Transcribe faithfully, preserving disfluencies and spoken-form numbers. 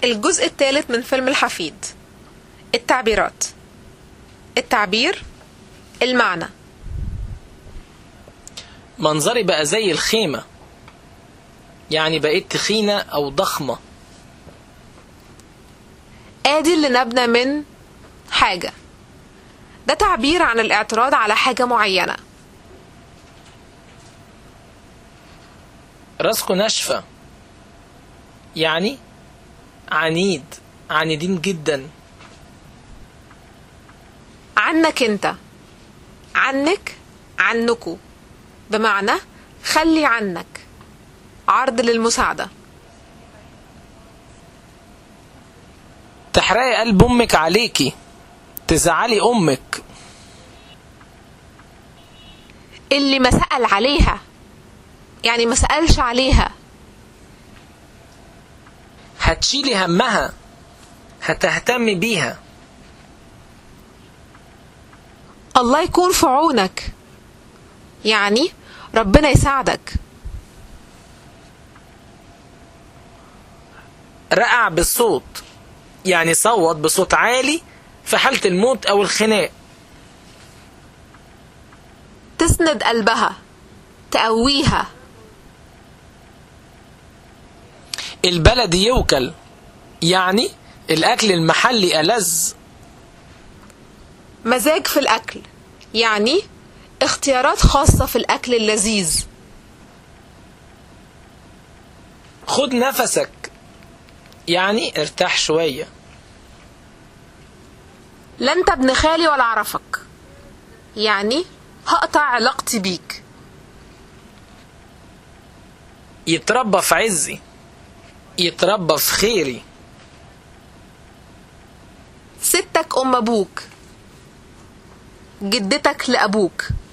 الجزء الثالث من فيلم الحفيد. التعبيرات. التعبير، المعنى. منظري بقى زي الخيمة، يعني بقيت تخينة أو ضخمة. آدي اللي نبنى من حاجة، ده تعبير عن الاعتراض على حاجة معينة. راسكو ناشفة، يعني عنيد، عنيدين جدا. عنك انت، عنك، عنكو، بمعنى خلي عنك، عرض للمساعدة. تحرقي قلب أمك عليكي، تزعلي أمك. اللي ما سأل عليها، يعني ما سألش عليها. هتشيلي همها، هتهتمي بيها. الله يكون في عونك، يعني ربنا يساعدك. رقع بالصوت، يعني صوت بصوت عالي في حالة الموت أو الخناق. تسند قلبها، تقويها. البلد يوكل، يعني الأكل المحلي ألذ. مزاج في الأكل، يعني اختيارات خاصة في الأكل اللذيذ. خد نفسك، يعني ارتاح شوية. لا انت ابن خالي ولا اعرفك، يعني هقطع علاقتي بيك. يتربى في عزي، يتربى في خيري. ستك ام ابوك، جدتك لابوك.